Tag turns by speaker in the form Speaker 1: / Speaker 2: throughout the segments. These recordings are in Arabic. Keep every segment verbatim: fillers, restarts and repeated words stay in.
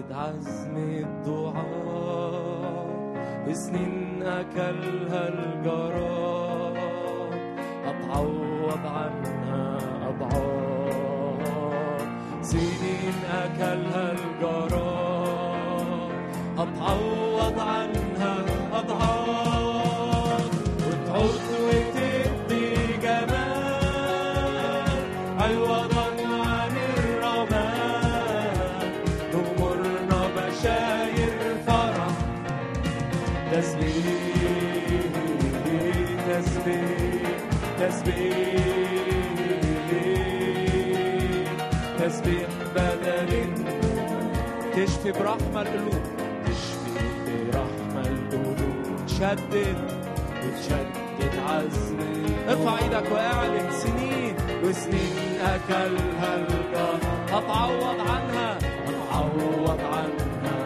Speaker 1: شدد عزم الدعاء، وسنين أكلها الجراد أتعوض عنها أضعاف. سنين أكلها الجراد أتعوض عنها أضعاف، وتعود وتدي جمال عوضا عن الرماد، تغمرنا بشاير فرح. تسبيح تسبيح تسبيح تسبيح بدل تشفي برحمة القلوب، تشفي برحمة القلوب، تشدد وتشدد عزم. ارفع ايدك واعلن سنين وسنين اكلها الجراد اتعوض عنها اتعوض عنها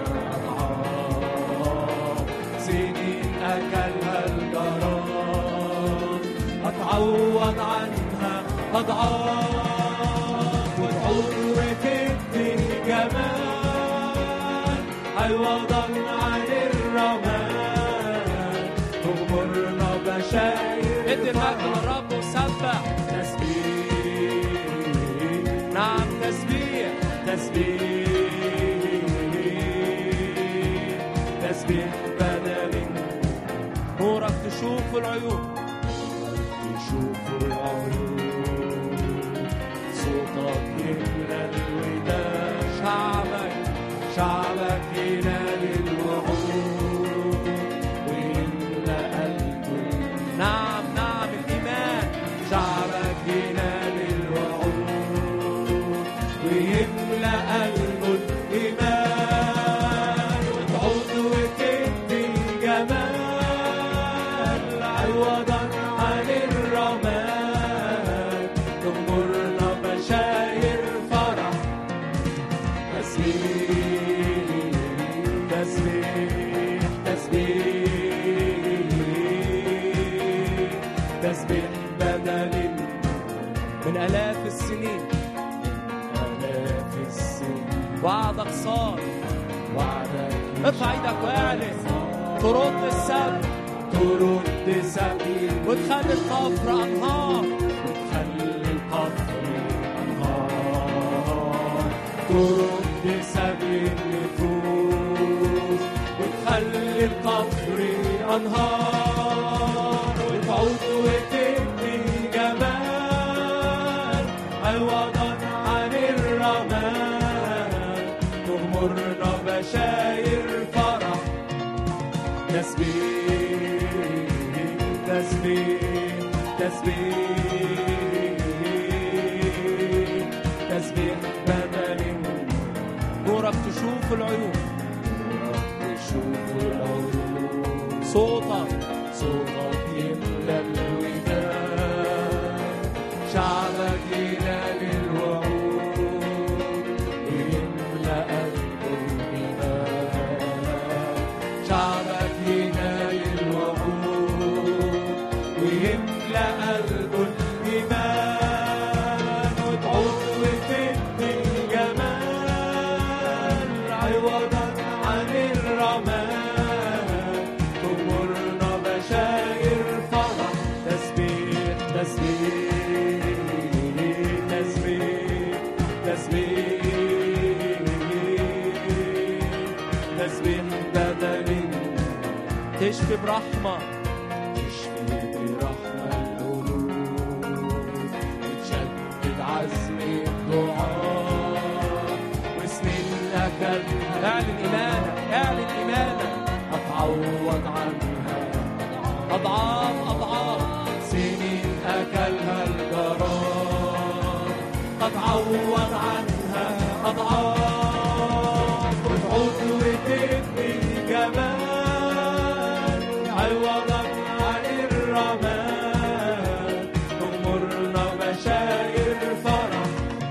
Speaker 1: اضعاف. سنين اكلها الجراد اتعوض عنها اضعاف، وتعود وتدي جمال عوضا عن الرماد، تغمرنا بشاير. ادي المجد للرب وسبح. تسبيح نعم تسبيح تسبيح تسبيح بدل نورك تشوف العيون، تشوف العيون، صوتك يملى الوداد. شعبك شعبك ينال الوعود ويملى قلبه. نعم نعم الإيمان. شعبك ينال الوعود ويملى قلبه الإيمان، وتعود وتدي جمال عوضا عن الرماد، تغمرنا بشاير فرح. تسبيح تسبيح تسبيح تسبيح بدل من آلاف السنين آلاف السنين. وعدك صار وعدك. ارفع ايدك واعلن. ترد السبت ترد سبيل وتخلي القفر أنهار، وتخلي القفر أنهار. ترد سبيل النفوس وتخلي القفر أنهار، وتعود وتدي جمال عوضا عن الرماد، تغمرنا بشاير فرح. تسبيح تسبيح تسبيح تسبيح بدل نورك تشوف العيون، نورك تشوف العيون. صوتك صوتك يملى الوداد. شعبك ينال الوعود ويملى قلبه الإيمان. شعبك ينال الوعود ويملى قلبه الإيمان، وتعود وتدي جمال عوضا عن الرماد، تغمرنا بشاير فرح. تسبيح تسبيح تسبيح تسبيح تسبيح بدل تشفي برحمة، تشفي برحمة القلوب، وتشدد عزم الدعاء، وسنين أكل. اعلن إيمانك اعلن إيمانك. أتعوض عنها أضعاف أضعاف. سنين أكلها الجراد أتعوض عنها أضعاف، وتعود وتدي جمال عوضا عن الرماد، تغمرنا بشاير فرح.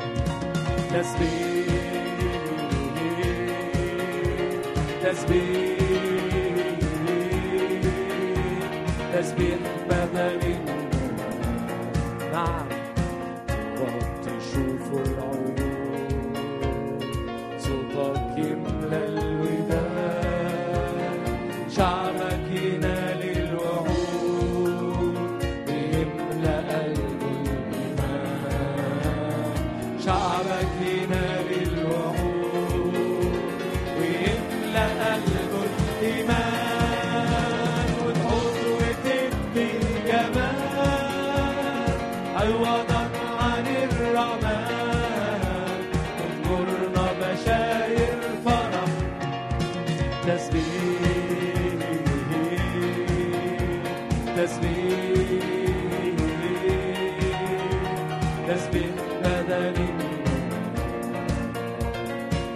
Speaker 1: تسبيح تسبيح تسبيح بدل. نعم رب تشوف العيون، صوتك يملى عوضا عن الرماد تغمرنا بشاير فرح تسبيح تسبيح